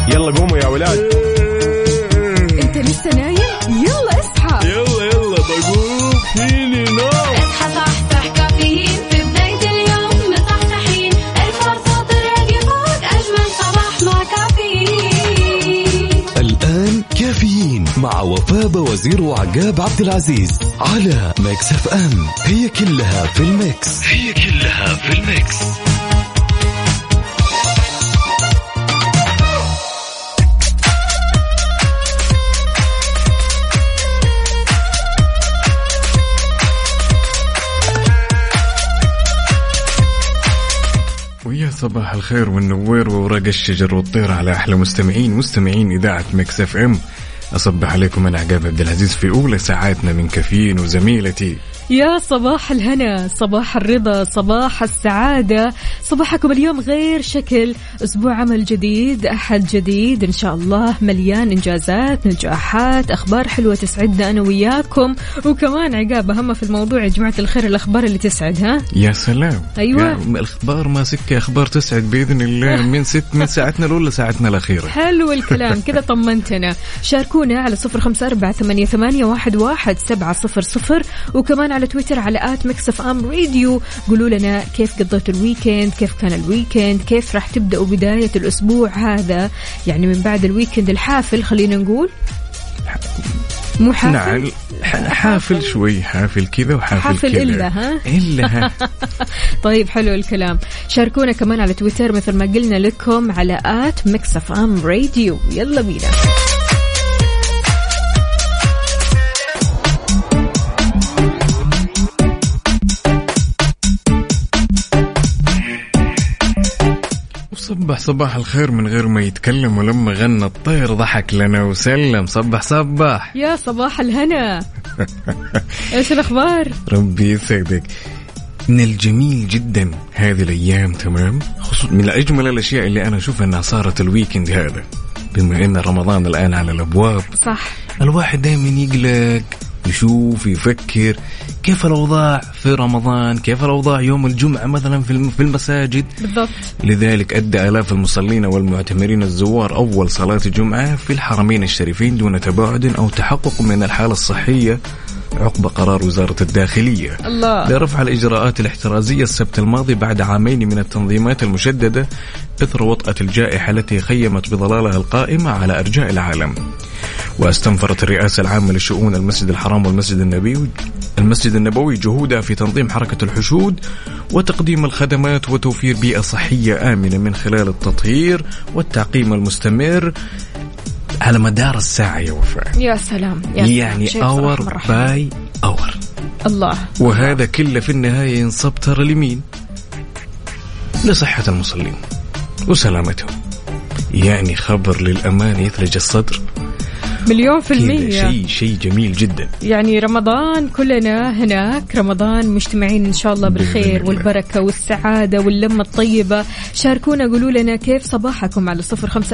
يلا قوموا يا ولاد. انت لسه نايم؟ يلا اصحى. يلا بقوم فيني نوم. اصحى صحصح كافيين في بداية اليوم مصحصحين. الفرصة تراقي فوق أجمل صباح مع كافيين. الآن كافيين مع وفاء وزير وعقاب عبد العزيز على ميكس اف ام. هي كلها في الميكس. ويا صباح الخير والنوير وورق الشجر والطير على أحلى مستمعين إذاعة ميكس اف ام. أصبح عليكم أنا عقاب عبد العزيز في أولى ساعاتنا من كافيين وزميلتي. يا صباح الهنا، صباح الرضا، صباح السعادة، صباحكم اليوم غير شكل. أسبوع عمل جديد، أحد جديد إن شاء الله، مليان إنجازات، نجاحات، أخبار حلوة تسعدنا أنا وياكم. وكمان عقاب أهم في الموضوع يا جماعة الخير الأخبار اللي تسعد. ها يا سلام. أيوة الأخبار ما سكة، أخبار تسعد بإذن الله من ساعتنا الأولى ساعتنا الأخيرة. حلو الكلام كذا طمنتنا. شاركونا على 0548811700 وكمان على تويتر على @mixfmradio. قولوا لنا كيف قضيتوا الويكند، كيف كان الويكند، كيف راح تبدأوا بداية الأسبوع هذا، يعني من بعد الويكند الحافل خلينا نقول. مو حافل؟ نعم حافل شوي، حافل كذا وحافل كذا. إلا طيب حلو الكلام. شاركونا كمان على تويتر مثل ما قلنا لكم على @mixfmradio. يلا بينا. صباح الخير من غير ما يتكلم، ولما غنى الطير ضحك لنا وسلم. صباح يا صباح الهنا. ايش الأخبار؟ ربي يسعدك. من الجميل جدا هذه الأيام، تمام، خصوصا من أجمل الأشياء اللي أنا أشوفها أنها صارت الويكند هذا، بما أن رمضان الآن على الأبواب. صح. الواحد دائما يقلق، يشوف، يفكر كيف الأوضاع في رمضان، كيف الأوضاع يوم الجمعة مثلا في المساجد. بالضبط. لذلك أدى آلاف المصلين والمعتمرين الزوار أول صلاة الجمعة في الحرمين الشريفين دون تباعد أو تحقق من الحالة الصحية عقب قرار وزارة الداخلية الله لرفع الإجراءات الاحترازية السبت الماضي بعد عامين من التنظيمات المشددة إثر وطأة الجائحة التي خيمت بظلالها القائمة على أرجاء العالم. واستنفرت الرئاسة العامة لشؤون المسجد الحرام والمسجد النبوي جهودها في تنظيم حركة الحشود وتقديم الخدمات وتوفير بيئة صحية آمنة من خلال التطهير والتعقيم المستمر على مدار الساعة. يا وفاء يا سلام، يعني اور باي اور. الله. وهذا كله في النهاية ينصب ترى لمين؟ لصحة المصلين وسلامتهم. يعني خبر للأمان يثلج الصدر 100%. شيء جميل جدا. يعني رمضان كلنا هناك، رمضان مجتمعين إن شاء الله بالخير والبركة والسعادة واللمة الطيبة. شاركونا، قولوا لنا كيف صباحكم على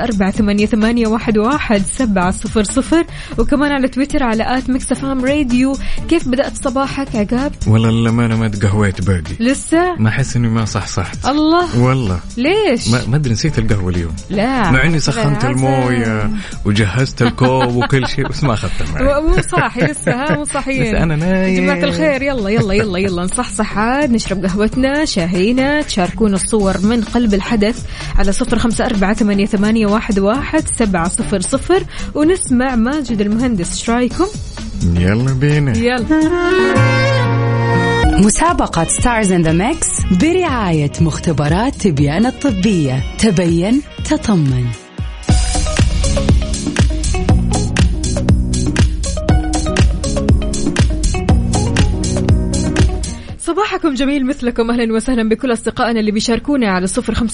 0548811700 وكمان على تويتر على @mixfmradio. كيف بدأت صباحك عقاب؟ والله لما أنا ما تقهويت باقي لسه، ما أحس إني ما صحصحت. الله والله ليش؟ ما أدري، نسيت القهوة اليوم. لا، مع إني سخنت الموية وجهزت الكوب وكل شيء، بس ما أخذته معي. مو صاحي لسه، مو صاحيين. أنا نايم. جماعة الخير يلا نصحصح عاد، نشرب قهوتنا، شاهينا. تشاركون الصور من قلب الحدث على 0548811700 ونسمع ماجد المهندس. ايش رايكم؟ يلا بينا. يلا. مسابقة ستارز إن ذا ميكس برعاية مختبرات تبيان الطبية. تبين تطمن. صباحكم جميل مثلكم، أهلا وسهلا بكل أصدقائنا اللي بيشاركونا على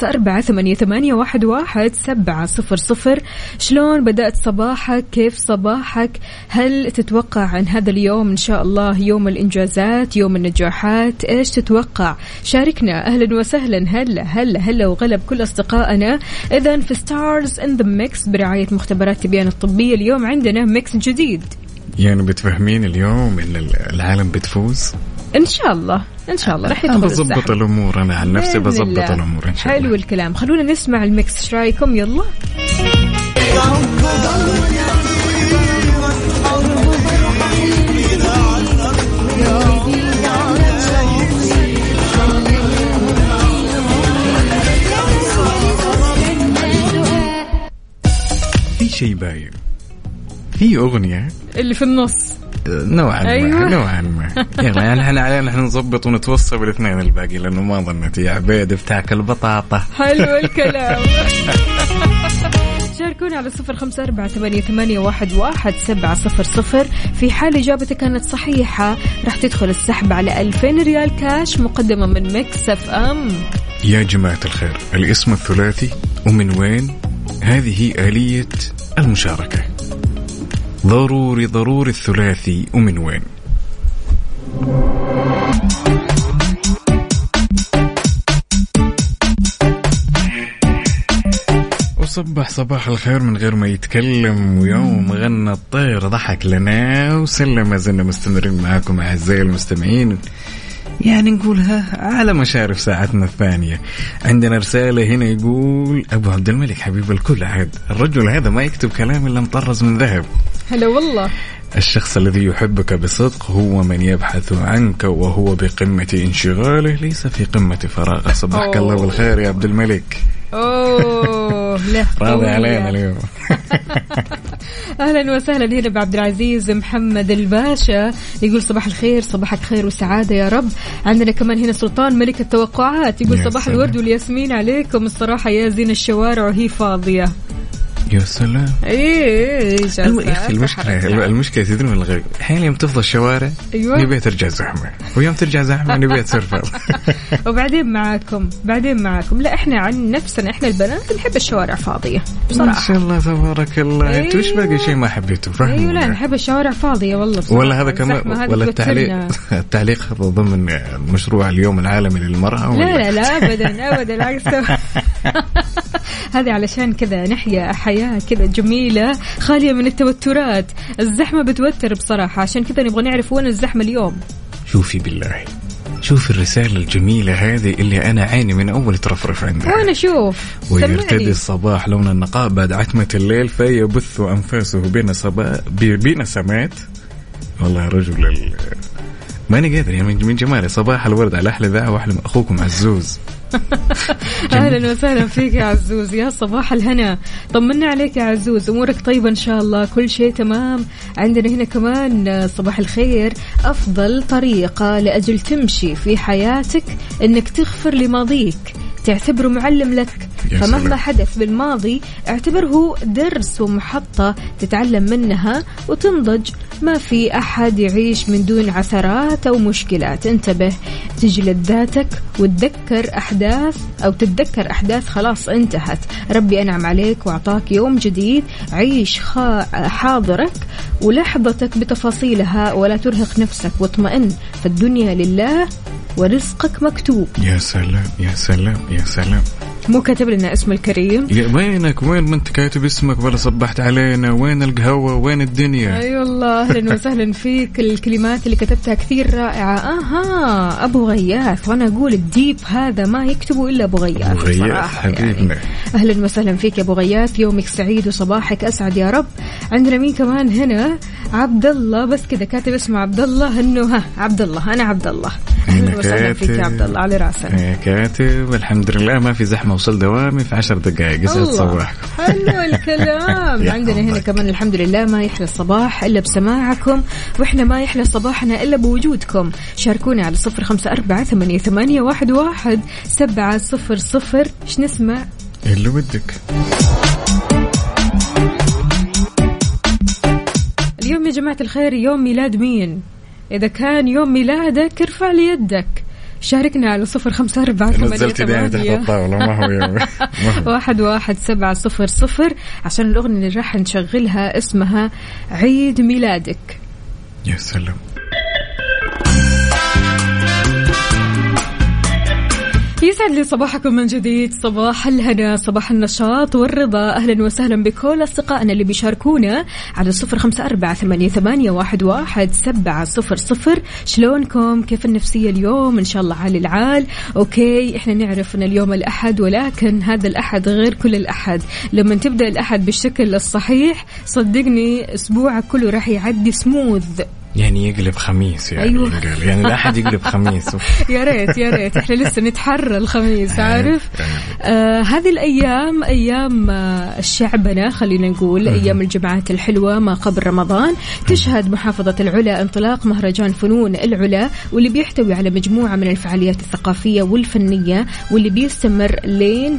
0548811700. شلون بدأت صباحك؟ كيف صباحك؟ هل تتوقع عن هذا اليوم إن شاء الله يوم الإنجازات، يوم النجاحات؟ إيش تتوقع؟ شاركنا، أهلا وسهلا. هلا وغلب كل أصدقائنا. إذن في ستارز إن ذا ميكس برعاية مختبرات تبيان الطبية، اليوم عندنا ميكس جديد. يعني بتفهمين اليوم إن العالم بتفوز إن شاء الله رح يدخل الزحمة. بضبط الأمور، أنا عن نفسي بضبط الأمور إن شاء الله. حلو الكلام. خلونا نسمع الميكس، ايش رايكم؟ يلا. في شيء باين، في أغنية اللي في النص نوعا ما. أيوة. نوعا ما يلا يعني احنا علينا احنا نضبط ونتوصل بالاثنين الباقي، لانه ما ظنيت يا عبيد بتاكل البطاطا. حلو الكلام. شاركونا على 0548811700. في حال إجابتك كانت صحيحة راح تدخل السحب على 2000 ريال كاش مقدمة من ميكس اف ام. يا جماعة الخير، الاسم الثلاثي ومن وين؟ هذه آلية المشاركة. ضروري الثلاثي ومن وين؟ وصبح صباح الخير من غير ما يتكلم، ويوم غنى الطير ضحك لنا وسلم. ما زلنا مستمرين معاكم أعزائي المستمعين، يعني نقولها على مشارف ساعتنا الثانية. عندنا رسالة هنا يقول أبو عبد الملك حبيب الكل، عاد الرجل هذا ما يكتب كلام إلا مطرز من ذهب. هلا والله. الشخص الذي يحبك بصدق هو من يبحث عنك وهو بقمة انشغاله ليس في قمة فراغه. صباحك الله بالخير يا عبد الملك. أوه لا راضي علينا اليوم. أهلا وسهلا هنا بعبد العزيز محمد الباشا، يقول صباح الخير، صباحك خير وسعادة يا رب. عندنا كمان هنا سلطان ملك التوقعات، يقول صباح الورد والياسمين عليكم، الصراحة يا زين الشوارع وهي فاضية. يا سلام. ايه المشكلة تدري من الغريب، أحيانا يوم تفضل الشوارع نبيها ترجع زحمة، ويوم ترجع زحمة نبيها تصير فاضية. وبعدين معاكم لا احنا عن نفسنا احنا البنات نحب الشوارع فاضية بصراحة. ما شاء الله تبارك الله. انت وش باقي شيء ما حبيته؟ ايوه لا نحب الشوارع فاضية والله بصراحة. ولا هذا كمان ولا التعليق ضمن مشروع اليوم العالمي للمرأة؟ لا ابدا العكس. هذه علشان كذا نحيا حياة كذا جميلة خالية من التوترات. الزحمة بتوتر بصراحة، عشان كذا نبغى نعرف وين الزحمة اليوم. شوفي بالله، شوف الرسالة الجميلة هذه اللي أنا عيني من أول ترفرف عندها. وأنا أشوف ويرتدي الصباح لون النقاء بعد عتمة الليل فيبث أنفاسه بين سمات. والله رجل ماني قادر يعني من جمالي. صباح الورد على أحلى ذا وأحلى أخوكم عزوز. أهلا وسهلا فيك يا عزوز، يا صباح الهنا. طمنا عليك يا عزوز، أمورك طيبة إن شاء الله، كل شيء تمام. عندنا هنا كمان صباح الخير، أفضل طريقة لأجل تمشي في حياتك إنك تغفر لماضيك، تعتبره معلم لك. فمهما حدث بالماضي اعتبره درس ومحطة تتعلم منها وتنضج. ما في أحد يعيش من دون عثرات أو مشكلات. انتبه، تجلد ذاتك وتذكر أحداث أو تتذكر أحداث خلاص انتهت. ربي أنعم عليك وأعطاك يوم جديد. عيش حاضرك ولحظتك بتفاصيلها ولا ترهق نفسك، واطمئن، فالدنيا لله ورزقك مكتوب. يا سلام يا سلام يا سلام. مو كاتب لنا اسم الكريم؟ وينك؟ وين ما انت كاتب اسمك ولا صبحت علينا؟ وين القهوة؟ وين الدنيا؟ اي والله اهلا وسهلا فيك. الكلمات اللي كتبتها كثير رائعة. ابو غياث، وانا اقول الديب هذا ما يكتبه الا ابو غياث. ابو غياث حبيبنا يعني. اهلا وسهلا فيك يا ابو غياث، يومك سعيد وصباحك اسعد يا رب. عندنا مين كمان هنا؟ عبد الله، بس كذا كاتب اسمه عبد الله، انه عبد الله، انا عبد الله. اهلا وسهلا فيك يا عبد الله، على راسنا. كاتب الحمد لله ما في زحمة، وصل دوامي في 10 دقائق. يسعد صباحكم. حلو الكلام. عندنا هنا كمان الحمد لله ما يحلى الصباح إلا بسماعكم، وإحنا ما يحلى صباحنا إلا بوجودكم. شاركوني على 0548811700. إيش نسمع؟ اللي ودك. اليوم يا جماعة الخير يوم ميلاد مين؟ إذا كان يوم ميلادك ارفع لي يدك. شاركنا على 0548811700 نزلت ايدي تحت الطاولة ما هو يوم 11700 عشان الأغنية اللي راح نشغلها اسمها عيد ميلادك. يا سلام. يسعد لي صباحكم من جديد، صباح الهنا، صباح النشاط والرضا. أهلا وسهلا بكل أصدقائنا اللي بيشاركونا على 0548811700. شلونكم؟ كيف النفسية اليوم؟ إن شاء الله عالي العال. أوكي، إحنا نعرف أن اليوم الأحد، ولكن هذا الأحد غير كل الأحد. لما تبدأ الأحد بالشكل الصحيح صدقني أسبوعك كله راح يعدي سموث، يعني يقلب خميس يعني. أيوة. يعني الأحد يقلب خميس. يا ريت يا ريت، احنا لسه نتحرى الخميس، عارف. هذه الأيام أيام الشعبنة، خلينا نقول أيام الجمعات الحلوة ما قبل رمضان. تشهد محافظة العلا انطلاق مهرجان فنون العلا، واللي بيحتوي على مجموعة من الفعاليات الثقافية والفنية، واللي بيستمر لين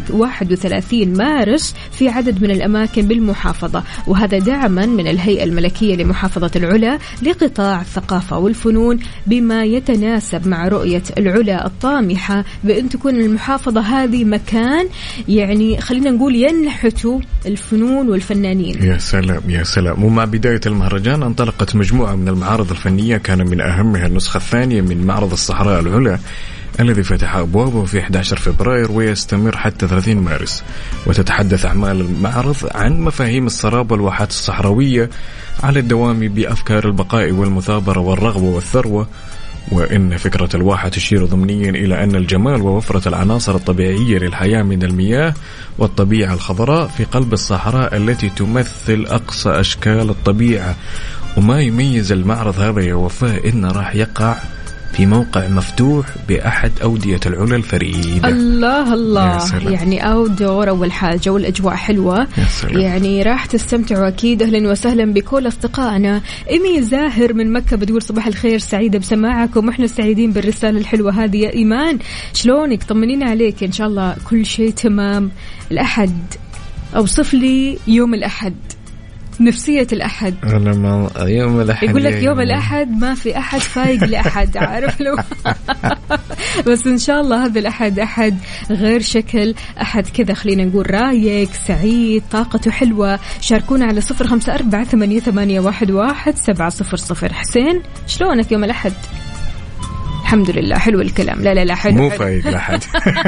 31 مارس في عدد من الأماكن بالمحافظة، وهذا دعما من الهيئة الملكية لمحافظة العلا لقطاع الثقافة والفنون، بما يتناسب مع رؤية العلا الطامحة بأن تكون المحافظة هذه مكان يعني خلينا نقول ينحتوا الفنون والفنانين. يا سلام يا سلام. ومع بداية المهرجان انطلقت مجموعة من المعارض الفنية، كان من أهمها النسخة الثانية من معرض الصحراء العلا الذي فتح أبوابه في 11 فبراير ويستمر حتى 30 مارس. وتتحدث أعمال المعرض عن مفاهيم الصرابة والواحات الصحراوية على الدوام بأفكار البقاء والمثابرة والرغبة والثروة. وإن فكرة الواحة تشير ضمنيا إلى أن الجمال ووفرة العناصر الطبيعية للحياة من المياه والطبيعة الخضراء في قلب الصحراء التي تمثل أقصى أشكال الطبيعة. وما يميز المعرض هذا يا وفاء إنه راح يقع في موقع مفتوح بأحد أودية العلا الفريدة. الله الله، يعني أودور أول حاجة، والأجواء حلوة، يعني راح تستمتعوا أكيد. أهلا وسهلا بكل أصدقائنا. إيمي زاهر من مكة بتقول صباح الخير، سعيدة بسماعكم، وإحنا سعيدين بالرسالة الحلوة هذه. يا إيمان شلونك؟ طمنينا عليك، إن شاء الله كل شيء تمام. الأحد، أوصف لي يوم الأحد، نفسية الأحد. أنا ما يوم الأحد يقول لك يوم الأحد ما في أحد فايق لأحد، عارف لو بس إن شاء الله هذا الأحد أحد غير شكل، أحد كذا خلينا نقول رايق سعيد طاقته حلوة. شاركونا على 0548811700. حسين شلونك يوم الأحد؟ الحمد لله، حلو الكلام. لا حلو، مو فايق لحد.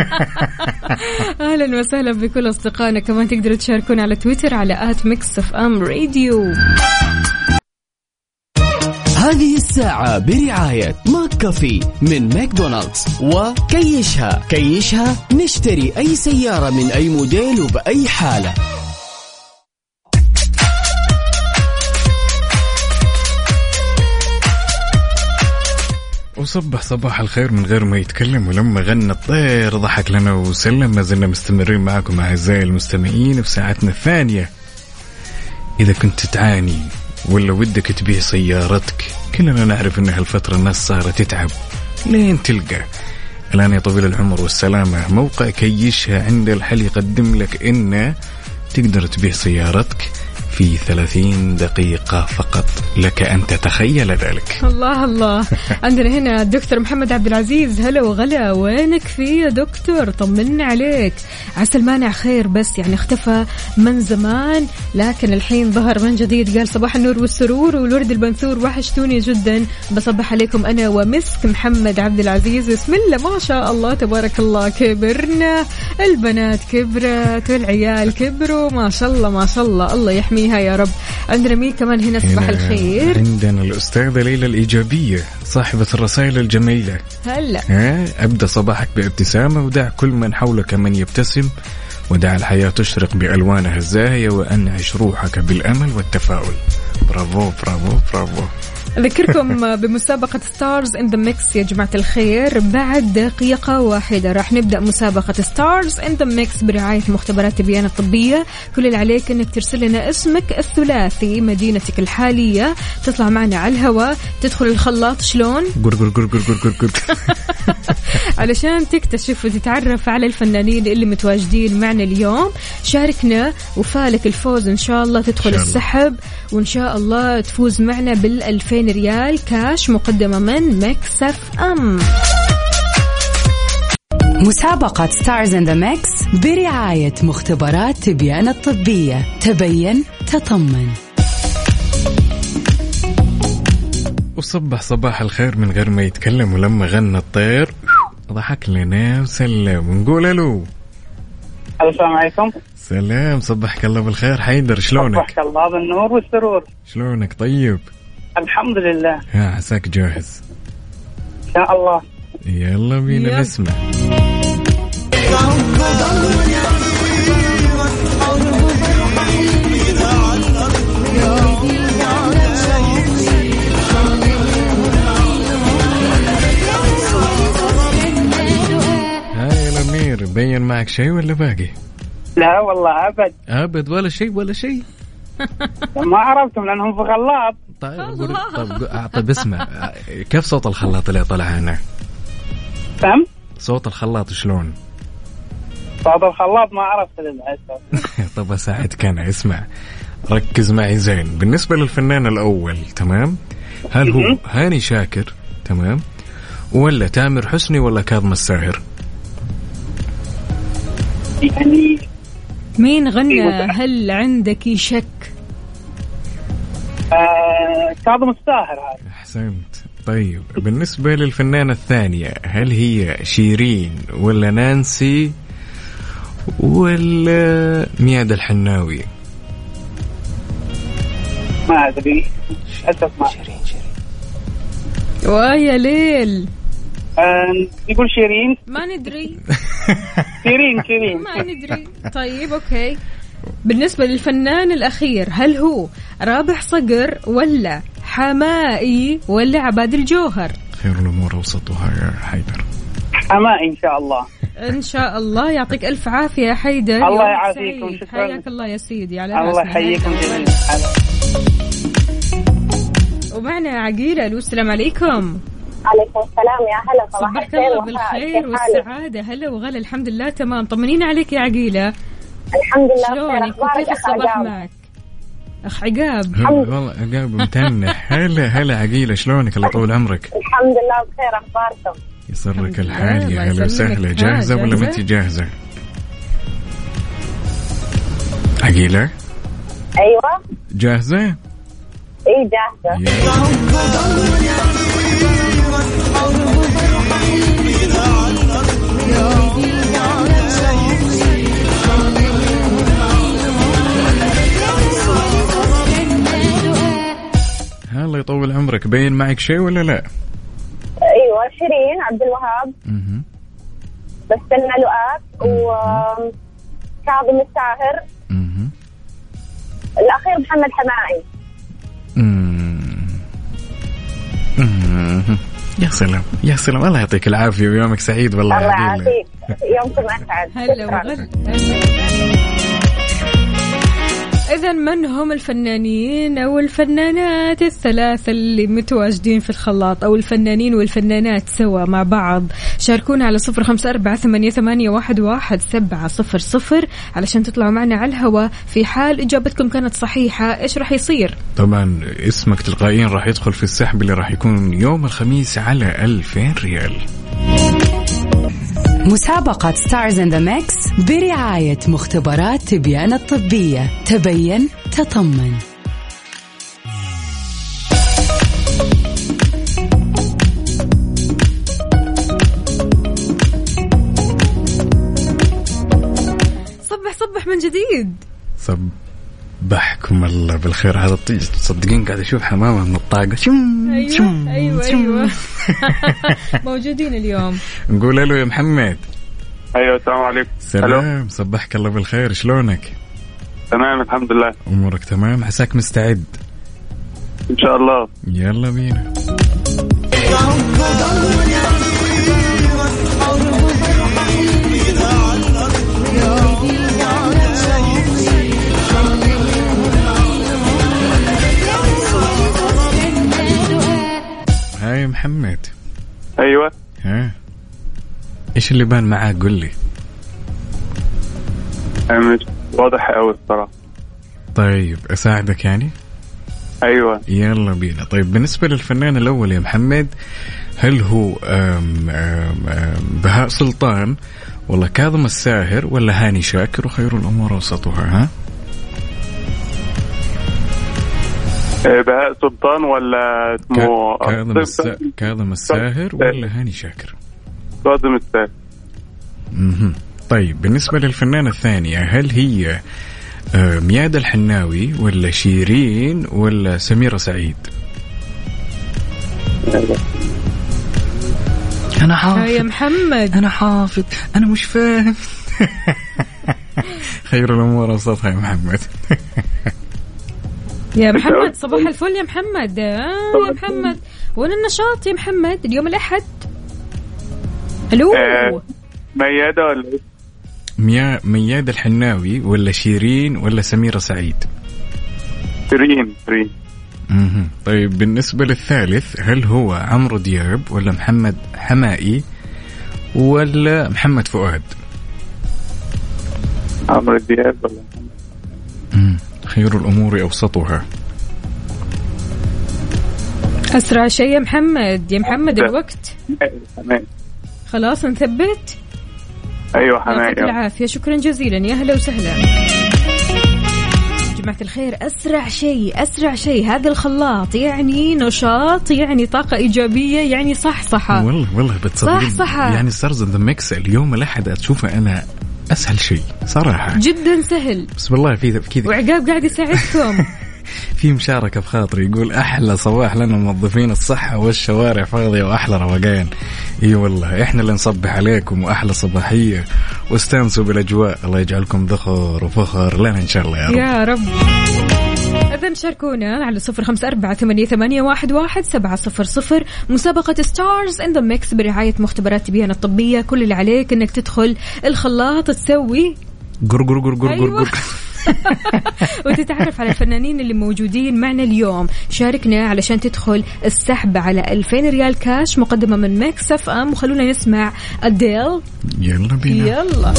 أهلا وسهلا بكل أصدقائنا. كمان تقدروا تشاركون على تويتر على @mixfmradio. هذه الساعة برعاية ماك كافي من ماكدونالدز وكيشها. كيشها نشتري أي سيارة من أي موديل وبأي حالة. وصبح صباح الخير من غير ما يتكلم، ولما غنى الطير ضحك لنا وسلم. ما زلنا مستمرين معكم أعزائي المستمعين في ساعتنا الثانية. إذا كنت تعاني ولا ودك تبيع سيارتك، كلنا نعرف أن هالفترة الناس صارت تتعب لين تلقى. الآن يا طويل العمر والسلامة موقع كيشها عند الحل يقدم لك إنه تقدر تبيع سيارتك في 30 دقيقة فقط، لك أن تتخيل ذلك. الله الله. عندنا هنا الدكتور محمد عبد العزيز. هلا وغلا، وينك في يا دكتور؟ طمنا عليك. عسى المانع خير، بس يعني اختفى من زمان لكن الحين ظهر من جديد. قال صباح النور والسرور والورد البنثور، وحشتوني جدا. بصبح عليكم أنا ومسك محمد عبد العزيز. بسم الله ما شاء الله تبارك الله، كبرنا، البنات كبرت والعيال كبروا، ما شاء الله ما شاء الله، الله يحمي يا رب. عندنا مين كمان هنا؟ صباح الخير. عندنا الأستاذة ليلى الإيجابية صاحبة الرسائل الجميلة. هلا. أبدأ صباحك بابتسامة، ودع كل من حولك من يبتسم، ودع الحياة تشرق بألوانها الزاهية، وأنعش روحك بالأمل والتفاؤل. برافو برافو برافو. أذكركم بمسابقة ستارز إن ذا ميكس يا جماعة الخير. بعد دقيقة واحدة راح نبدأ مسابقة ستارز إن ذا ميكس برعاية مختبرات تبيان الطبية. كل اللي عليك إنك ترسل لنا اسمك الثلاثي، مدينتك الحالية، تطلع معنا على الهواء، تدخل الخلاط شلون علشان تكتشف وتتعرف على الفنانين اللي متواجدين معنا اليوم. شاركنا وفالك الفوز إن شاء الله، تدخل السحب وإن شاء الله تفوز معنا بال2000 ريال كاش مقدمة من ميكس اف ام. مسابقة ستارز ان ذا ميكس برعاية مختبرات تبيان الطبية. تبين تطمن. وصبح صباح الخير من غير ما يتكلم، ولما غنى الطير ضحك لنا وسلم ونقول الو. السلام عليكم. سلام، صبحك الله بالخير حيدر، شلونك؟ صبحك الله بالنور والسرور. شلونك؟ طيب الحمد لله. ها، عساك جاهز؟ إن شاء الله. يلا بينا نسمع. هاي الأمير، بين معك شيء ولا باقي؟ لا والله أبد. أبد ولا شيء ولا شيء. ما عرفتهم لأنهم في خلاط. طيب اسمع، كيف صوت الخلاط اللي طلع هنا؟ فهم؟ صوت الخلاط شلون؟ صوت الخلاط ما عرفت للأسف. طب أساعدك أنا، اسمع ركز معي زين. بالنسبة للفنان الأول تمام، هل هو هاني شاكر تمام ولا تامر حسني ولا كاظم الساهر؟ يعني مين غنى هل عندك شك؟ كاظم الساهر هذا. أحسنت. طيب بالنسبة للفنانة الثانية، هل هي شيرين ولا نانسي ولا مياد الحناوي؟ ما أدري للأسف. ما شيرين. ويا ليل. يقول شيرين. ما ندري. شيرين ما ندري. طيب أوكي. بالنسبة للفنان الأخير، هل هو رابح صقر ولا حمائي ولا عباد الجوهر؟ خير الأمور أوسطها يا حيدر. حمائي إن شاء الله. إن شاء الله. يعطيك ألف عافية يا حيدر. الله يعافيكم. شكرا. حياك الله يا سيدي. على الله يحييكم جميعا. ومعنا عقيلة. السلام عليكم. عليكم السلام، يا هلا. صباحك الله بالخير والسعادة. هلا وغلا. الحمد لله تمام. طمنين عليك يا عقيلة. الحمد لله. شلونك وكيف الصباح معك؟ أخ عقاب. والله عقاب متنح. هلا عقيلة، شلونك؟ الله يطول عمرك. الحمد لله بخير. أخباركم؟ يسرك الحال. يا هلا وسهلا. جاهزة ولا ما انت جاهزة؟ عقيلة. أيوة جاهزة؟ إيه جاهزة. الله يطول عمرك. بين معك شيء ولا لا؟ أيوة شيرين عبد الوهاب. بستنى لؤات وكاظم الساهر. الأخير محمد حمائي. يا سلام يا سلام. الله يعطيك العافية ويومك سعيد. والله الله يعافيك. يومكم أسعد. هلا وغلا. إذن من هم الفنانين أو الفنانات الثلاثة اللي متواجدين في الخلاط، أو الفنانين والفنانات سوا مع بعض؟ شاركونا على 0548811700 علشان تطلعوا معنا على الهواء. في حال إجابتكم كانت صحيحة إيش رح يصير؟ طبعا اسمك تلقائيا راح يدخل في السحب اللي راح يكون يوم الخميس على 2000 ريال. مسابقة ستارز إن ذا ميكس برعاية مختبرات تبيان الطبية. تبين تطمن. صبح من جديد. صبحكم الله بالخير. هذا تصدقين قاعد أشوف حمامة من الطاقة. أيوة. موجودين اليوم. نقول له يا محمد. أيوة السلام عليكم. سلام. صبحك الله بالخير. شلونك؟ تمام الحمد لله. أمورك تمام؟ عساك مستعد؟ إن شاء الله. يلا بينا. هاي محمد. أيوة. ها إيش اللي بان معاك؟ قل لي. مش واضح أوي الصراحة. طيب أساعدك يعني؟ أيوة. يلا بينا. طيب بالنسبة للفنان الأول يا محمد، هل هو بهاء سلطان ولا كاظم الساهر ولا هاني شاكر؟ وخير الأمور وسطها. ها بهاء سلطان ولا اسمه كاظم الساهر ولا هاني شاكر؟ كاظم الساهر. طيب بالنسبة للفنانة الثانية، هل هي ميادة الحناوي ولا شيرين ولا سميرة سعيد؟ أنا حافظ يا محمد، أنا حافظ، أنا مش فاهم. خير الأمور أوسطها يا محمد. يا محمد صباح الفل يا محمد. يا محمد وين النشاط يا محمد اليوم الأحد؟ ألو ميادة ولا إيه؟ ميادة الحناوي ولا شيرين ولا سميرة سعيد؟ شيرين. طيب بالنسبة للثالث، هل هو عمرو دياب ولا محمد حمائي ولا محمد فؤاد؟ عمرو دياب ولا محمد؟ خير الأمور أوسطها. أسرع شيء يا محمد. يا محمد الوقت حمائي. خلاص نثبت. أيوة حمائي. يعطيك العافية، شكرا جزيلا، يا هلا وسهلا. جماعة الخير، أسرع شيء هذا الخلاط يعني نشاط، يعني طاقة إيجابية، يعني صحصحة. والله بتصدقين صحصحة. يعني ستارز ذا ميكس اليوم الأحد أشوفه أنا أسهل شيء صراحة، جدا سهل. بسم الله في كذا. وعقاب قاعد يساعدكم. في مشاركة بخاطري، يقول أحلى صباح لنا موظفين الصحة والشوارع فاضية وأحلى روقان. إي والله إحنا اللي نصبح عليكم، وأحلى صباحية، واستانسوا بالأجواء. الله يجعلكم ذخر وفخر لنا إن شاء الله يا رب. يا رب. إذن شاركونا على 0548811700. مسابقة ستارز إن ذا ميكس برعاية مختبرات تبيان الطبية. كل اللي عليك إنك تدخل الخلاط تسوي قر وتتعرف على الفنانين اللي موجودين معنا اليوم. شاركنا علشان تدخل السحب على 2000 ريال كاش مقدمة من ميكس اف ام. وخلونا نسمع أديل. يلا بينا. يلا.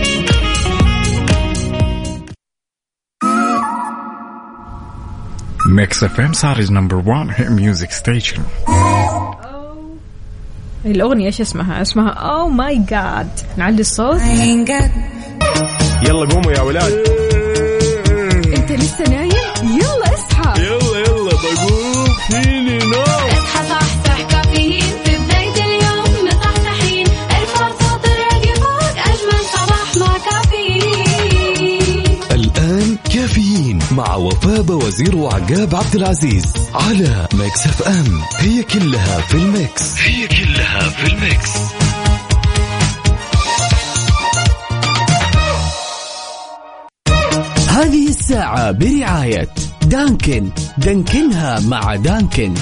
ميكس اف ام Saudi's #1 hit music station. الأغنية إيش اسمها؟ أوه ماي جاد. نعلي الصوت. يلا قوموا يا ولاد. انت لسه نايم؟ يلا اصحى. يلا بقوم فيني نوم. اصحى صحصح كافيين في بداية اليوم مصحصحين. ارفع صوت الراديو فوق أجمل صباح مع كافيين. الآن كافيين مع وفاء وزير وعقاب عبد العزيز على ميكس اف ام. هي كلها في الميكس. هذه الساعة برعاية دانكن. دانكنها مع دانكن.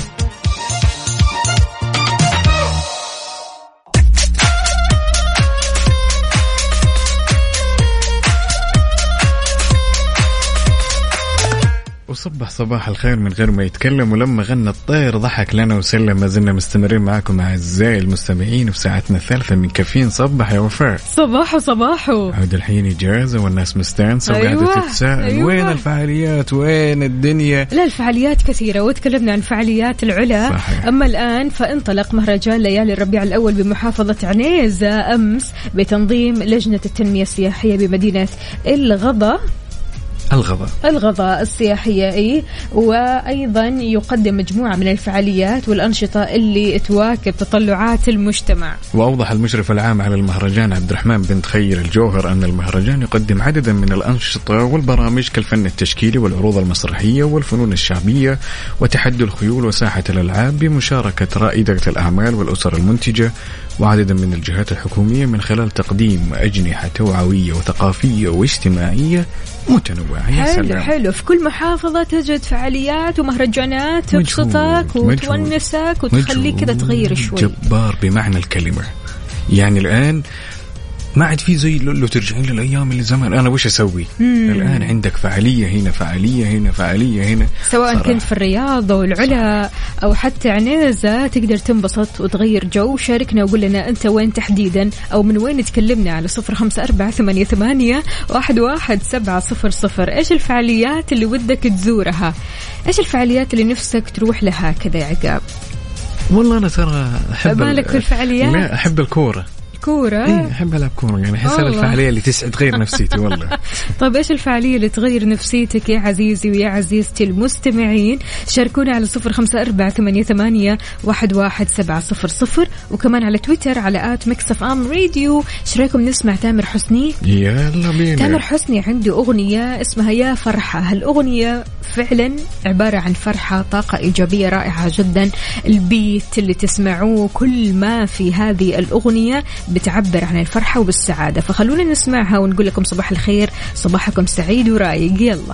وصبح صباح الخير من غير ما يتكلم، ولما غنى الطير ضحك لنا وسلم. ما زلنا مستمرين معكم أعزائي المستمعين في ساعتنا الثالثة من كافيين. صبح يا وفاء. صباحو. عود الحين إجازة والناس مستانسة وقاعدة تتساءل وين الفعاليات وين الدنيا. لا الفعاليات كثيرة، وتكلمنا عن فعاليات العلا. صحيح. أما الآن فانطلق مهرجان ليالي الربيع الأول بمحافظة عنيزة أمس بتنظيم لجنة التنمية السياحية بمدينة الغضا السياحية. وأيضا يقدم مجموعة من الفعاليات والأنشطة اللي تواكب تطلعات المجتمع. وأوضح المشرف العام على المهرجان عبد الرحمن بن خير الجوهر أن المهرجان يقدم عددا من الأنشطة والبرامج كالفن التشكيلي والعروض المسرحية والفنون الشعبية وتحدي الخيول وساحة الألعاب بمشاركة رائدة الأعمال والأسر المنتجة وعددا من الجهات الحكومية من خلال تقديم أجنحة توعوية وثقافية واجتماعية متنوعة. حلو. في كل محافظة تجد فعاليات ومهرجانات تبسطك وتونسك وتخليك كذا تغير شوي. جبار بمعنى الكلمة. يعني الآن ما عاد في زي لو ترجعين للأيام اللي زمان أنا وش أسوي. الآن عندك فعالية هنا فعالية هنا فعالية هنا، سواء صراحة. كنت في الرياض أو العلا أو حتى عنيزة تقدر تنبسط وتغير جو. شاركنا وقول لنا أنت وين تحديدا أو من وين تكلمنا على 0548811700. إيش الفعاليات اللي ودك تزورها؟ إيش الفعاليات اللي نفسك تروح لها كذا يا عقاب؟ والله أنا ترى أحب مالك في الفعاليات؟ لا أحب الكورة كورة؟ إيه أحب ألعب كورة يعني أحسها الفعالية اللي تغير نفسيتي والله. طيب إيش الفعالية اللي تغير نفسيتك يا عزيزي ويا عزيزتي المستمعين؟ شاركونا على 0548811700 وكمان على تويتر على @mixfmradio. إيش رايكم نسمع تامر حسني؟ يلا بينا. تامر حسني عنده أغنية اسمها يا فرحة. هالأغنية فعلا عبارة عن فرحة، طاقة إيجابية رائعة جدا. البيت اللي تسمعوه كل ما في هذه الأغنية بتعبر عن الفرحة وبالسعادة. فخلونا نسمعها ونقول لكم صباح الخير، صباحكم سعيد ورايق. يلا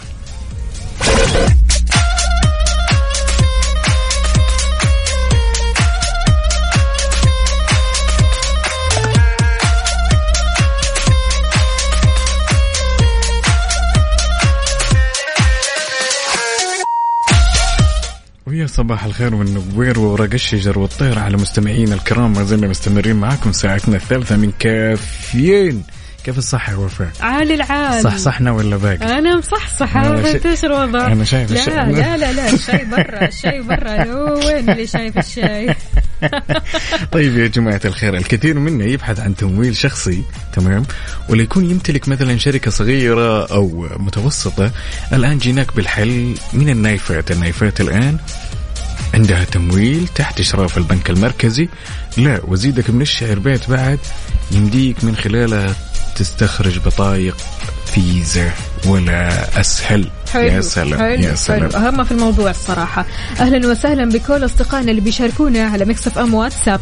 ويا صباح الخير والنوير وورق الشجر والطير على مستمعين الكرام. ما زلنا مستمرين معاكم ساعتنا الثالثة من كافيين. كيف الصحة يا وفاء؟ عالي العال. صحنا ولا باقي؟ أنا مصحصحة. ايش الوضع؟ أنا شايف لا الشاي. لا الشاي برا، الشاي برا. وين اللي شايف الشاي؟ طيب يا جماعة الخير، الكثير منا يبحث عن تمويل شخصي، تمام، ولا يكون يمتلك مثلا شركة صغيرة أو متوسطة. الآن جيناك بالحل من النايفات الآن عندها تمويل تحت إشراف البنك المركزي. لا وزيدك من الشعر بيت بعد يمديك من خلالها تستخرج بطايق فيزا ولا أسهل. يا سلام يا سلام. أهم في الموضوع الصراحة. أهلا وسهلا بكل أصدقائنا اللي بيشاركونا على ميكس اف ام واتساب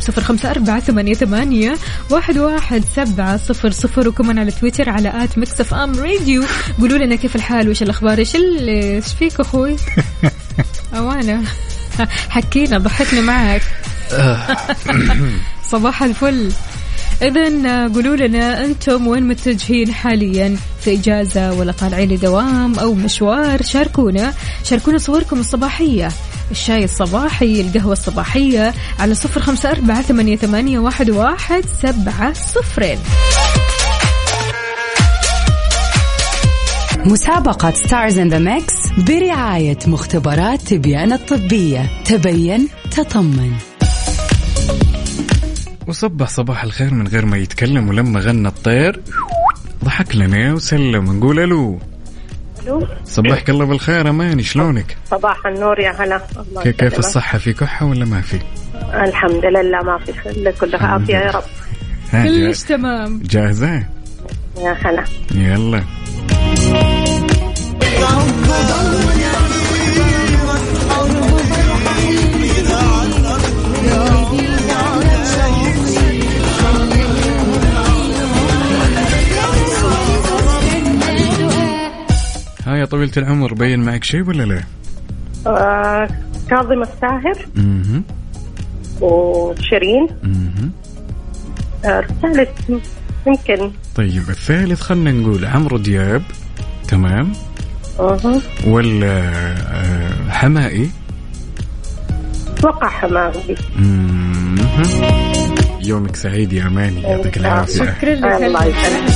0548811700 وكمان على تويتر على @mixfmradio. قولوا لنا كيف الحال وإيش الأخبار، إيش فيك أخوي؟ أوانا حكينا ضحكنا معك. صباح الفل. إذن قولوا لنا أنتم وين متجهين حاليا، في إجازة ولا طالعين لدوام أو مشوار؟ شاركونا صوركم الصباحية، الشاي الصباحي، القهوة الصباحية على 0548811700. مسابقة ستارز إن ذا ميكس برعاية مختبرات تبيان الطبية. تبين تطمن. وصبح صباح الخير من غير ما يتكلم، ولما غنى الطير ضحك لنا وسلم. نقول ألو. صباحك الله بالخير أماني، شلونك؟ صباح النور يا هلا. كيف الصحة؟ في كحة ولا ما في؟ الحمد لله ما في، كل عافية يا رب. كلش تمام. جاهزة يا هلا؟ يلا. ها يا طويلة العمر، بين معك شيء ولا لا؟ كاظم الساهر وشيرين. الثالث يمكن. طيب الثالث خلنا نقول عمرو دياب، تمام، ولا حمائي؟ اتوقع حمائي. يومك سعيد يا أماني، يعطيك العافية. شكرا لك. الله يسلمك.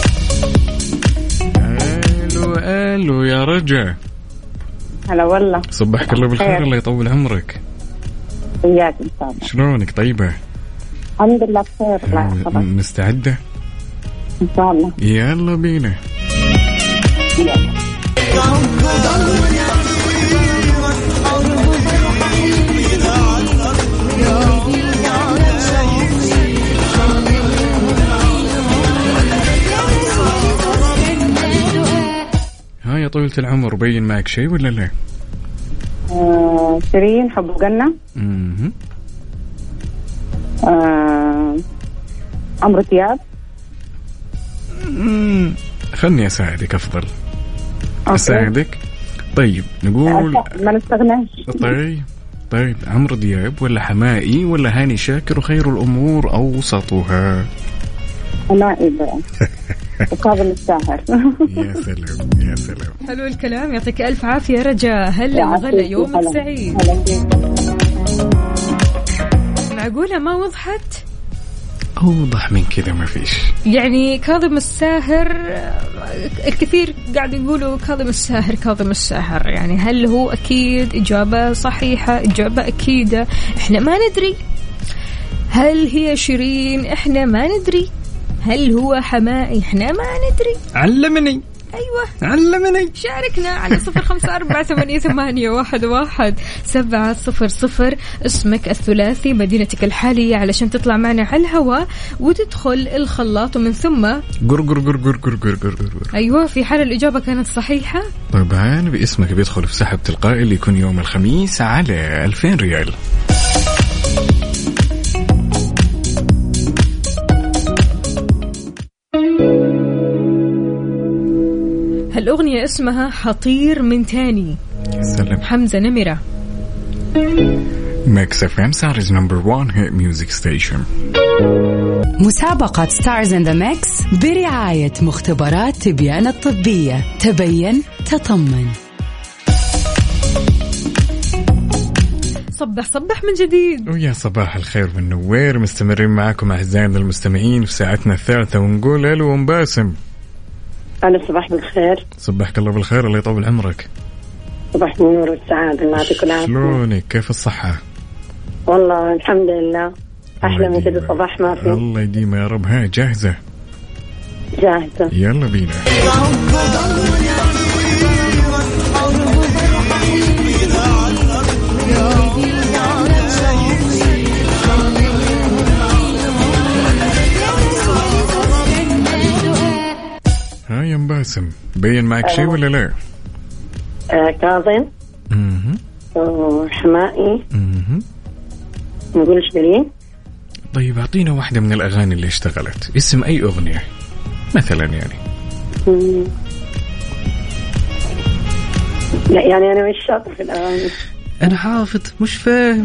ألو يا رجا. هلا والله. صبحك الله بالخير، الله يطول عمرك. وياك إن شاء الله. شلونك؟ طيبة الحمد لله بخير. مستعدة؟ إن شاء الله. يلا بينا. ها يا طويلة العمر، بين معك شيء ولا لا؟ شيرين حب وجنة. عمرو دياب. خلني أساعدك أفضل. أساعدك. طيب نقول ما نستغناش. طيب عمرو دياب ولا حمائي ولا هاني شاكر، وخير الأمور أوسطها؟ حمائي بقى. وكاظم الساهر. يا سلام يا سلام. حلو الكلام، يعطيك ألف عافية رجاء. هلا وغلا، يومك سعيد. معقولة ما وضحت؟ أوضح من كذا ما فيش. يعني كاظم الساهر، الكثير قاعد يقولوا كاظم الساهر، يعني هل هو أكيد إجابة صحيحة، إجابة أكيدة؟ إحنا ما ندري. هل هي شيرين؟ احنا ما ندري. هل هو حمائي؟ احنا ما ندري. علمني. أيوة علمني. شاركنا على 0548811700 اسمك الثلاثي مدينتك الحالية علشان تطلع معنا على الهواء وتدخل الخلاط ومن ثم قر. أيوة في حال الإجابة كانت صحيحة طبعا باسمك بيدخل في سحب تلقائي اللي يكون يوم الخميس على 2000 ريال. هالأغنية اسمها حطير من تاني. سلام. حمزة نمرة. ميكس اف ام ستارز نمبر 1 هيت ميوزك ستيشن. مسابقة ستارز ان ذا ميكس برعاية مختبرات تبيان الطبية. تبين تطمن. صبح من جديد. ويا صباح الخير والنوير، مستمرين معكم أعزائنا المستمعين في ساعتنا الثالثة ونقول ألو باسم. أنا صباح بالخير. صبحك الله بالخير، الله يطول عمرك. صباح النور والسعادة، الله يعطيك العافية. شلونك؟ كيف الصحة؟ والله الحمد لله، أحلى من كده صباح ما في. الله يديم يا رب. ها جاهزة؟ جاهزة. يلا بينا. ها يا باسم، بين معك شيء ولا لا؟ كاظم وحمائي. نقول شيرين. طيب أعطينا واحدة من الأغاني اللي اشتغلت، اسم أي أغنية مثلا يعني. لا يعني أنا مش شاطر في الأغاني. أنا حافظ مش فاهم.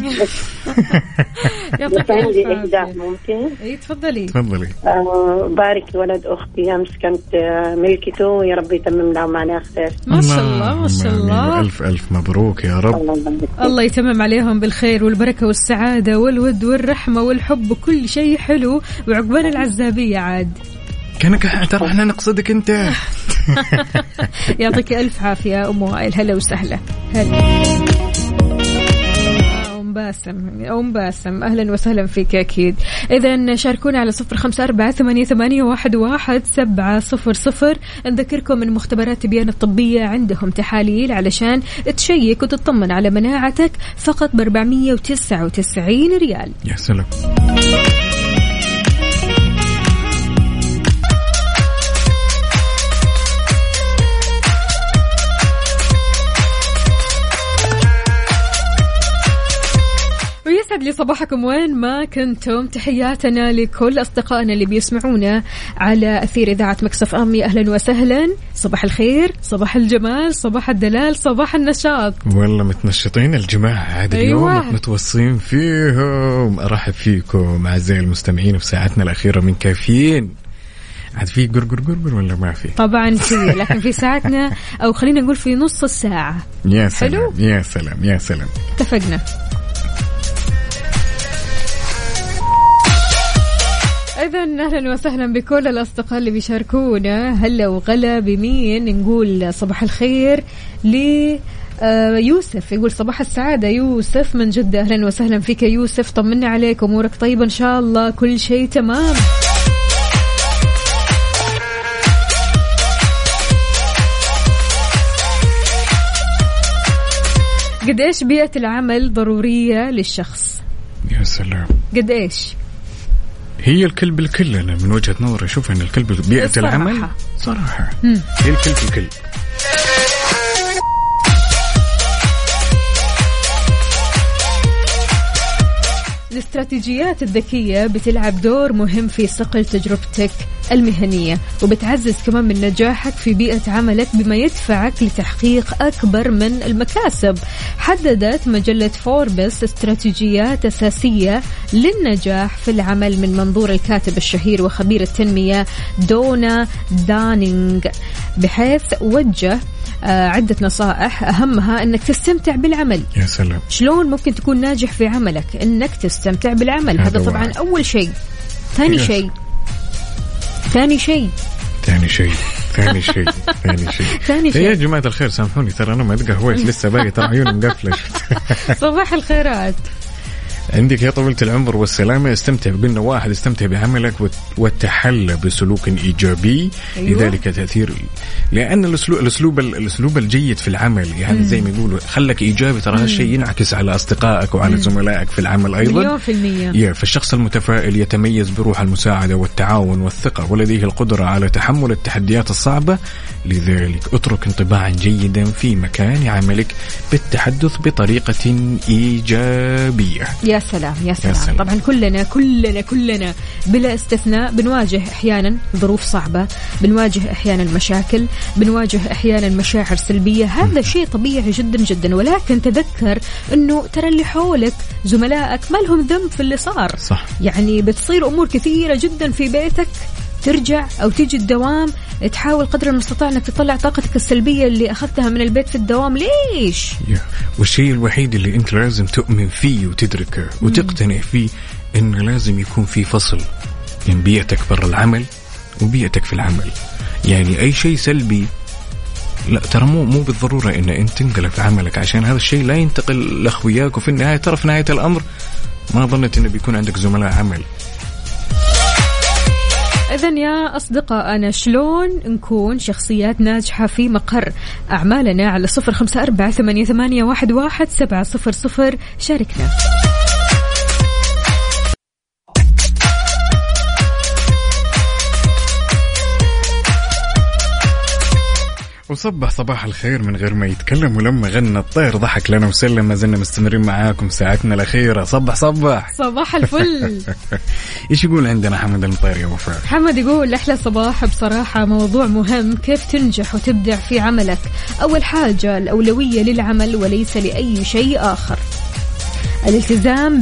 يعطيك عندي إهداء ممكن؟ إيه تفضلي. تفضلي. بارك ولد أختي أمس كانت ملكته، يا رب يتمم لهم على خير. ما شاء الله ما شاء الله. ألف مبروك يا رب. الله يتمم عليهم بالخير والبركة والسعادة والود والرحمة والحب وكل شيء حلو، وعقبال العزابية عاد. كانك ترى احنا نقصدك انت. يعطيك ألف عافية أم وائل. هلا وسهلا. هلا أم باسم أهلا وسهلا فيك أكيد. إذن شاركونا على 0548811700. نذكركم من مختبرات تبيان الطبية عندهم تحاليل علشان تشيك وتطمن على مناعتك فقط ب499 ريال. يا سلام. يسعد لي صباحكم وين ما كنتم. تحياتنا لكل أصدقائنا اللي بيسمعونا على أثير إذاعة مكس اف ام. أهلا وسهلا. صباح الخير، صباح الجمال، صباح الدلال، صباح النشاط. والله متنشطين الجماعة عاد أيوة. اليوم متوصين فيهم. أرحب فيكم أعزائي المستمعين في ساعتنا الأخيرة من كافيين. عاد في قرقر ولا ما في؟ طبعا في، لكن في ساعتنا أو خلينا نقول في نص الساعة. يا سلام. حلو؟ يا سلام يا سلام. اتفقنا. إذن أهلا وسهلا بكل الأصدقاء اللي بيشاركونا. هلا وغلا بمين؟ نقول صباح الخير يوسف، يقول صباح السعادة يوسف من جدة. أهلا وسهلا فيك يوسف، طمنا عليك، أمورك طيبة إن شاء الله، كل شيء تمام. قد إيش بيئة العمل ضرورية للشخص؟ يا سلام. قد إيش؟ هي الكل بالكل. أنا من وجهة نظري أشوف أن الكل بيئة العمل صراحة هي الكل بالكل. الاستراتيجيات الذكية بتلعب دور مهم في صقل تجربتك المهنية، وبتعزز كمان من نجاحك في بيئة عملك بما يدفعك لتحقيق أكبر من المكاسب. حددت مجلة فوربس استراتيجيات أساسية للنجاح في العمل من منظور الكاتب الشهير وخبير التنمية دونا دانينغ، بحيث وجه عدة نصائح أهمها أنك تستمتع بالعمل. يا سلام. شلون ممكن تكون ناجح في عملك؟ أنك تستمتع بالعمل، هذا طبعا أول شيء. ثاني شيء يا جماعة الخير سامحوني، ترى أنا ما أتقهويت لسه باقي، ترى عيوني مقفلة. صباح الخيرات. عندك يا طويلة العمر والسلامة. استمتع، قلنا واحد استمتع بعملك وتحلى بسلوك إيجابي. أيوة. لذلك تأثير، لأن الأسلوب الجيد في العمل يعني زي ما يقولوا خلك إيجابي، ترى هالشيء ينعكس على أصدقائك وعلى زملائك في العمل أيضا. 100%. فالشخص المتفائل يتميز بروح المساعدة والتعاون والثقة، ولديه القدرة على تحمل التحديات الصعبة. لذلك اترك انطباعا جيدا في مكان عملك بالتحدث بطريقة إيجابية. يا سلام يا سلام. طبعا كلنا بلا استثناء بنواجه أحيانا ظروف صعبة، بنواجه أحيانا مشاكل، بنواجه أحيانا مشاعر سلبية. هذا شيء طبيعي جدا جدا، ولكن تذكر أنه ترى اللي حولك زملائك ما لهم ذنب في اللي صار. صح. يعني بتصير أمور كثيرة جدا في بيتك، ترجع أو تيجي الدوام تحاول قدر المستطاع أنك تطلع طاقتك السلبية اللي أخذتها من البيت في الدوام. ليش؟ والشيء الوحيد اللي أنت لازم تؤمن فيه وتدركه وتقتنع فيه إنه لازم يكون في فصل بين بيئتك برا العمل وبيئتك في العمل. يعني أي شيء سلبي لا ترى مو بالضرورة إن أنت تنقله في عملك عشان هذا الشيء لا ينتقل لأخوياك، وفي النهاية ترى في نهاية الأمر ما ظنت إنه بيكون عندك زملاء عمل. إذن يا أصدقائنا شلون نكون شخصيات ناجحة في مقر أعمالنا؟ على 0548811700 شاركنا. وصبح صباح الخير من غير ما يتكلم، ولما غنى الطير ضحك لنا وسلم. ما زلنا مستمرين معاكم ساعتنا الأخيرة. صباح صباح الفل. إيش يقول عندنا حمد المطير يا وفاء؟ حمد يقول أحلى صباح بصراحة، موضوع مهم كيف تنجح وتبدع في عملك. أول حاجة الأولوية للعمل وليس لأي شيء آخر. الالتزام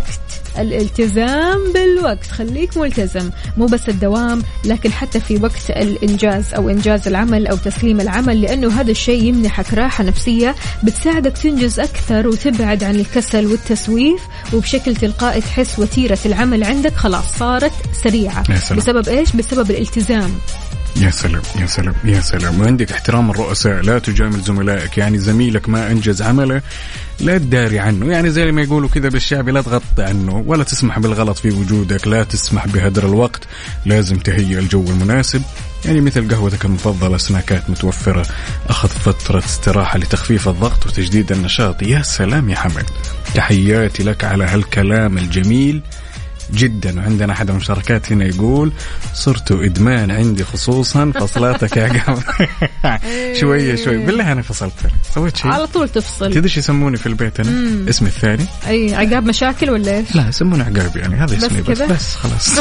بالوقت، خليك ملتزم، مو بس الدوام لكن حتى في وقت الإنجاز أو إنجاز العمل أو تسليم العمل، لأنه هذا الشيء يمنحك راحة نفسية بتساعدك تنجز أكثر وتبعد عن الكسل والتسويف، وبشكل تلقائي تحس وتيرة العمل عندك خلاص صارت سريعة. بسبب إيش؟ بسبب الالتزام. يا سلام يا سلام يا سلام. وعندك احترام الرؤساء، لا تجامل زملائك. يعني زميلك ما أنجز عمله لا تداري عنه، يعني زي ما يقولوا كذا بالشعبي لا تغطي عنه ولا تسمح بالغلط في وجودك، لا تسمح بهدر الوقت. لازم تهيئ الجو المناسب، يعني مثل قهوتك المفضلة، سناكات متوفرة، أخذ فترة استراحة لتخفيف الضغط وتجديد النشاط. يا سلام يا حمد، تحياتي لك على هالكلام الجميل جدا. وعندنا أحد المشاركات هنا يقول صرت إدمان عندي خصوصا فصلاتك يا عقاب. شوية بالله أنا فصلت، سويت شيء على طول تفصل. تدري يسموني في البيت أنا؟ اسمي الثاني أي عقاب مشاكل ولا إيش؟ لا يسموني عقاب، يعني هذا اسمي بس خلاص.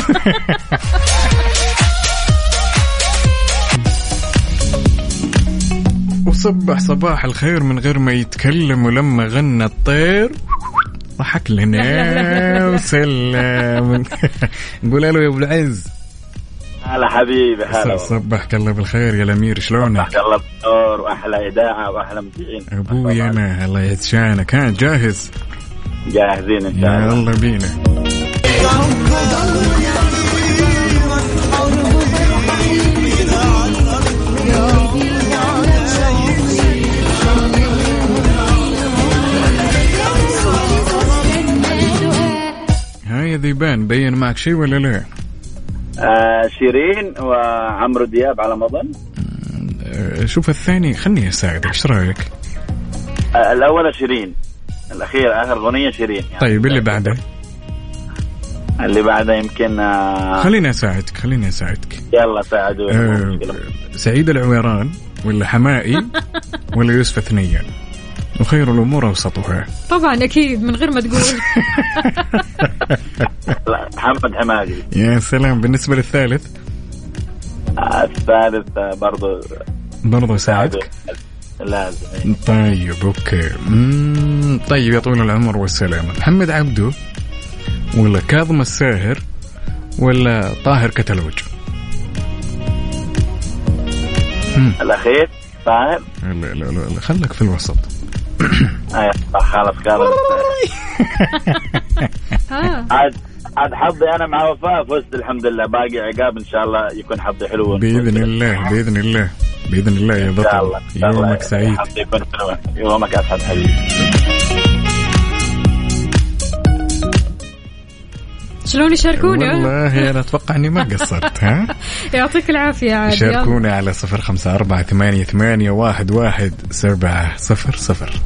وصبح صباح الخير من غير ما يتكلم، ولما غنى الطير ضحك لنا وسلم. نقول له يا ابو العز. هلا حبيبي، هلا صبحك الله بالخير يا الامير، شلونك؟ صبحك الله بالنور واحلى اذاعه واحلى مذيعين. ابوي انا الله يتشانك. كان جاهز؟ جاهزين ان شاء الله. يلا بينا. هاي ذيبان بين معك شيء ولا لا؟ شيرين وعمرو دياب على ما أظن. شوف الثاني خلني أساعدك، إيش رأيك؟ الأول شيرين، الأخير آخر أغنية شيرين يعني. طيب اللي بعده يمكن خليني أساعدك يلا ساعدوا. سعيد العويران ولا حمائي ولا يوسف ثنيان؟ وخير الأمور أوسطها. طبعا أكيد من غير ما تقول. محمد حمادي. يا سلام. بالنسبة للثالث؟ الثالث برضو ساعدك؟ لازم. طيب أوكي. طيب يا طول العمر والسلامة، محمد عبدو ولا كاظم الساهر ولا طاهر كتلوج؟ الأخير طاهر. لا خلك في الوسط. خلاص كاظم. عاد حظي أنا مع وفاء فزت الحمد لله، باقي عقاب إن شاء الله يكون حظي حلو بإذن الله يا بطل. يومك سعيد. يومك أسعد حبيبي. شلون يشاركونا؟ والله أنا أتوقع أني ما قصرت. ها يعطيك العافية عاد. شاركونا على 0548811700.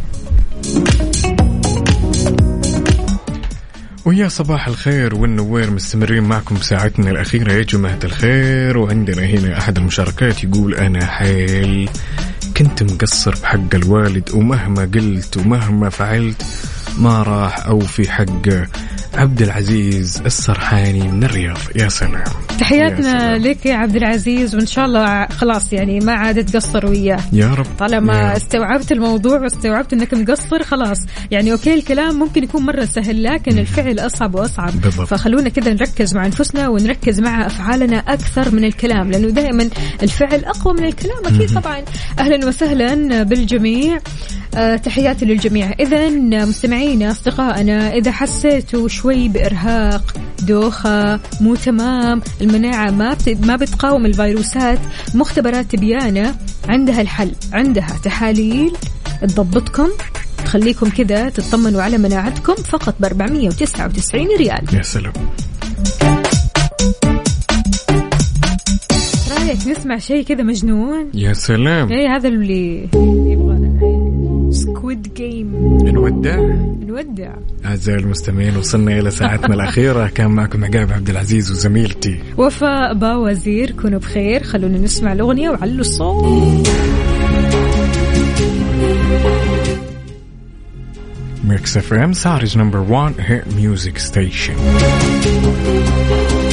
ويا صباح الخير والنوير، مستمرين معكم بساعتنا الأخيرة يا جماعة الخير. وعندنا هنا أحد المشاركات يقول أنا حيل كنت مقصر بحق الوالد، ومهما قلت ومهما فعلت ما راح أوفي حقه. عبد العزيز السرحاني من الرياض. يا سلام، تحياتنا لك يا عبد العزيز، وإن شاء الله خلاص يعني ما عاد تقصر وياه يا رب. طالما استوعبت الموضوع واستوعبت أنك مقصر خلاص يعني أوكي. الكلام ممكن يكون مرة سهل لكن الفعل أصعب وأصعب. بالضبط. فخلونا كده نركز مع أنفسنا ونركز مع أفعالنا أكثر من الكلام، لأنه دائما الفعل أقوى من الكلام أكيد. طبعا أهلا وسهلا بالجميع، تحياتي للجميع. إذا مستمعينا أصدقائنا، إذا حسيتوا شوي بإرهاق، دوخة، مو تمام، المناعة ما بتقاوم الفيروسات، مختبرات تبيانة عندها الحل، عندها تحاليل تضبطكم تخليكم كذا تطمنوا على مناعتكم فقط ب499 ريال. يا سلام. رأيك نسمع شيء كذا مجنون؟ يا سلام. ايه هذا اللي يبغانا الحين. سكويد جيم. نودع أعزائي المستمعين، وصلنا إلى ساعتنا الأخيرة. كان معكم عقاب عبد العزيز وزميلتي وفاء باوزير. كونوا بخير، خلونا نسمع الأغنية وعلوا الصوت. ميكس اف ام، سعرج نمبر 1 هيت ميوزك ستيشن.